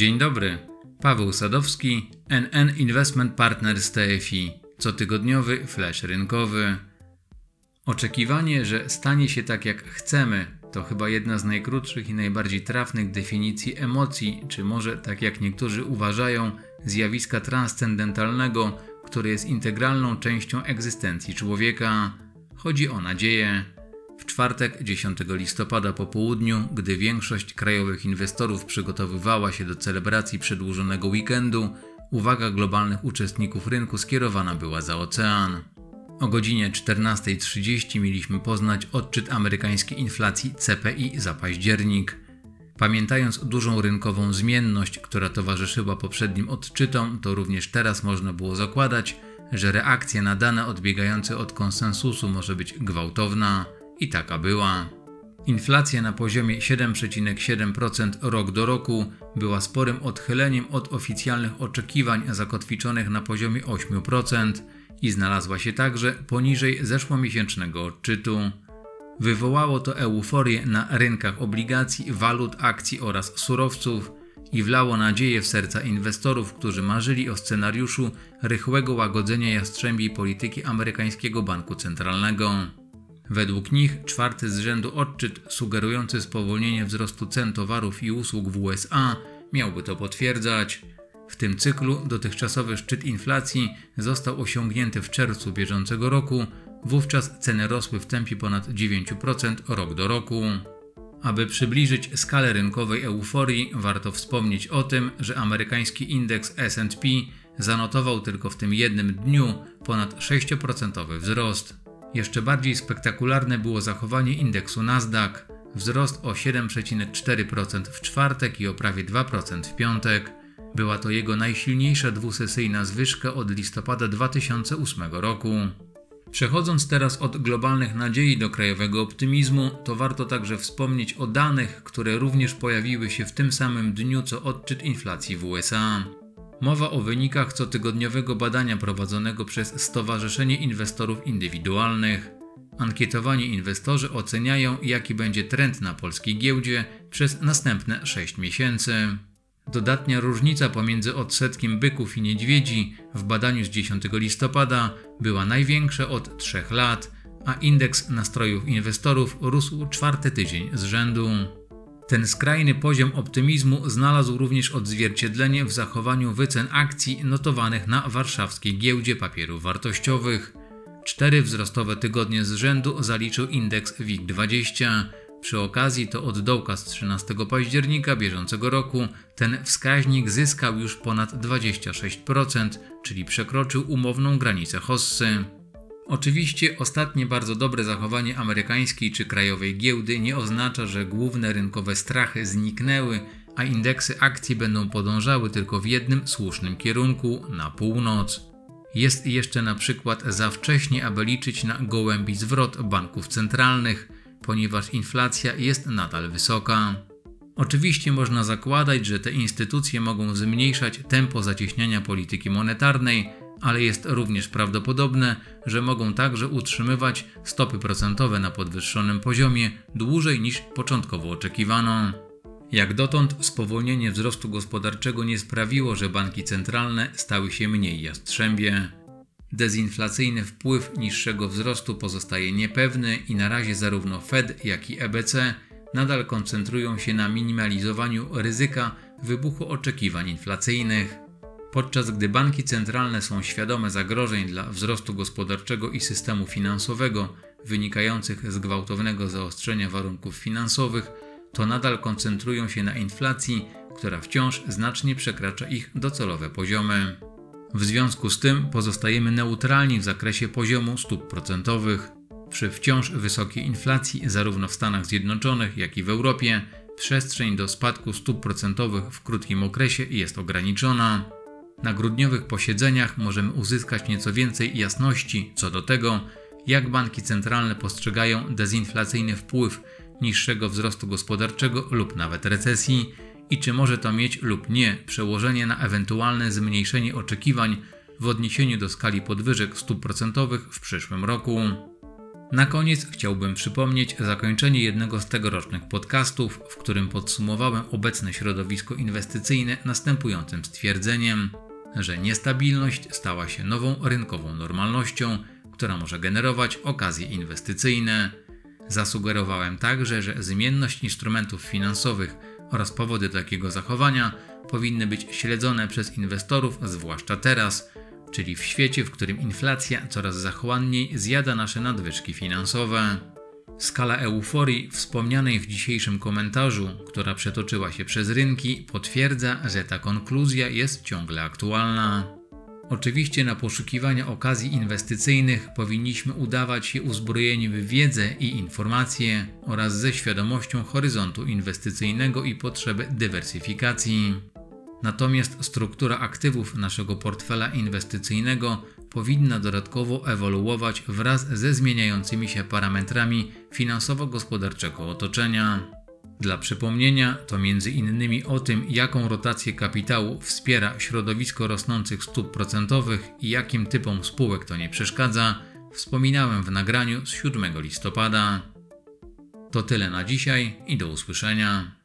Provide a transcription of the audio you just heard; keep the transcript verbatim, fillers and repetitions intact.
Dzień dobry, Paweł Sadowski, N N Investment Partners T F I, cotygodniowy flash rynkowy. Oczekiwanie, że stanie się tak jak chcemy, to chyba jedna z najkrótszych i najbardziej trafnych definicji emocji, czy może tak jak niektórzy uważają, zjawiska transcendentalnego, które jest integralną częścią egzystencji człowieka. Chodzi o nadzieję. W czwartek, dziesiątego listopada po południu, gdy większość krajowych inwestorów przygotowywała się do celebracji przedłużonego weekendu, uwaga globalnych uczestników rynku skierowana była za ocean. O godzinie czternasta trzydzieści mieliśmy poznać odczyt amerykańskiej inflacji C P I za październik. Pamiętając dużą rynkową zmienność, która towarzyszyła poprzednim odczytom, to również teraz można było zakładać, że reakcja na dane odbiegające od konsensusu może być gwałtowna. I taka była. Inflacja na poziomie siedem przecinek siedem procent rok do roku była sporym odchyleniem od oficjalnych oczekiwań zakotwiczonych na poziomie osiem procent i znalazła się także poniżej zeszłomiesięcznego odczytu. Wywołało to euforię na rynkach obligacji, walut, akcji oraz surowców i wlało nadzieję w serca inwestorów, którzy marzyli o scenariuszu rychłego łagodzenia jastrzębiej polityki amerykańskiego banku centralnego. Według nich czwarty z rzędu odczyt sugerujący spowolnienie wzrostu cen towarów i usług w U S A miałby to potwierdzać. W tym cyklu dotychczasowy szczyt inflacji został osiągnięty w czerwcu bieżącego roku, wówczas ceny rosły w tempie ponad dziewięć procent rok do roku. Aby przybliżyć skalę rynkowej euforii, warto wspomnieć o tym, że amerykański indeks S and P zanotował tylko w tym jednym dniu ponad sześć procent wzrost. Jeszcze bardziej spektakularne było zachowanie indeksu Nasdaq, wzrost o siedem przecinek cztery procent w czwartek i o prawie dwa procent w piątek. Była to jego najsilniejsza dwusesyjna zwyżka od listopada dwa tysiące ósmego roku. Przechodząc teraz od globalnych nadziei do krajowego optymizmu, to warto także wspomnieć o danych, które również pojawiły się w tym samym dniu co odczyt inflacji w U S A. Mowa o wynikach cotygodniowego badania prowadzonego przez Stowarzyszenie Inwestorów Indywidualnych. Ankietowani inwestorzy oceniają, jaki będzie trend na polskiej giełdzie przez następne sześć miesięcy. Dodatnia różnica pomiędzy odsetkiem byków i niedźwiedzi w badaniu z dziesiątego listopada była największa od trzech lat, a indeks nastrojów inwestorów rósł czwarty tydzień z rzędu. Ten skrajny poziom optymizmu znalazł również odzwierciedlenie w zachowaniu wycen akcji notowanych na warszawskiej giełdzie papierów wartościowych. Cztery wzrostowe tygodnie z rzędu zaliczył indeks W I G dwadzieścia. Przy okazji to od dołka z trzynastego października bieżącego roku ten wskaźnik zyskał już ponad dwadzieścia sześć procent, czyli przekroczył umowną granicę Hossy. Oczywiście ostatnie bardzo dobre zachowanie amerykańskiej czy krajowej giełdy nie oznacza, że główne rynkowe strachy zniknęły, a indeksy akcji będą podążały tylko w jednym słusznym kierunku, na północ. Jest jeszcze na przykład za wcześnie, aby liczyć na gołębi zwrot banków centralnych, ponieważ inflacja jest nadal wysoka. Oczywiście można zakładać, że te instytucje mogą zmniejszać tempo zacieśniania polityki monetarnej, ale jest również prawdopodobne, że mogą także utrzymywać stopy procentowe na podwyższonym poziomie dłużej niż początkowo oczekiwano. Jak dotąd spowolnienie wzrostu gospodarczego nie sprawiło, że banki centralne stały się mniej jastrzębie. Dezinflacyjny wpływ niższego wzrostu pozostaje niepewny i na razie zarówno Fed, jak i E B C nadal koncentrują się na minimalizowaniu ryzyka wybuchu oczekiwań inflacyjnych. Podczas gdy banki centralne są świadome zagrożeń dla wzrostu gospodarczego i systemu finansowego wynikających z gwałtownego zaostrzenia warunków finansowych, to nadal koncentrują się na inflacji, która wciąż znacznie przekracza ich docelowe poziomy. W związku z tym pozostajemy neutralni w zakresie poziomu stóp procentowych. Przy wciąż wysokiej inflacji zarówno w Stanach Zjednoczonych, jak i w Europie przestrzeń do spadku stóp procentowych w krótkim okresie jest ograniczona. Na grudniowych posiedzeniach możemy uzyskać nieco więcej jasności co do tego, jak banki centralne postrzegają dezinflacyjny wpływ niższego wzrostu gospodarczego lub nawet recesji i czy może to mieć lub nie przełożenie na ewentualne zmniejszenie oczekiwań w odniesieniu do skali podwyżek stóp procentowych w przyszłym roku. Na koniec chciałbym przypomnieć zakończenie jednego z tegorocznych podcastów, w którym podsumowałem obecne środowisko inwestycyjne następującym stwierdzeniem, że niestabilność stała się nową rynkową normalnością, która może generować okazje inwestycyjne. Zasugerowałem także, że zmienność instrumentów finansowych oraz powody takiego zachowania powinny być śledzone przez inwestorów, zwłaszcza teraz, czyli w świecie, w którym inflacja coraz zachłanniej zjada nasze nadwyżki finansowe. Skala euforii wspomnianej w dzisiejszym komentarzu, która przetoczyła się przez rynki, potwierdza, że ta konkluzja jest ciągle aktualna. Oczywiście na poszukiwania okazji inwestycyjnych powinniśmy udawać się uzbrojeni w wiedzę i informacje oraz ze świadomością horyzontu inwestycyjnego i potrzeby dywersyfikacji. Natomiast struktura aktywów naszego portfela inwestycyjnego powinna dodatkowo ewoluować wraz ze zmieniającymi się parametrami finansowo-gospodarczego otoczenia. Dla przypomnienia, to między innymi o tym, jaką rotację kapitału wspiera środowisko rosnących stóp procentowych i jakim typom spółek to nie przeszkadza, wspominałem w nagraniu z siódmego listopada. To tyle na dzisiaj i do usłyszenia.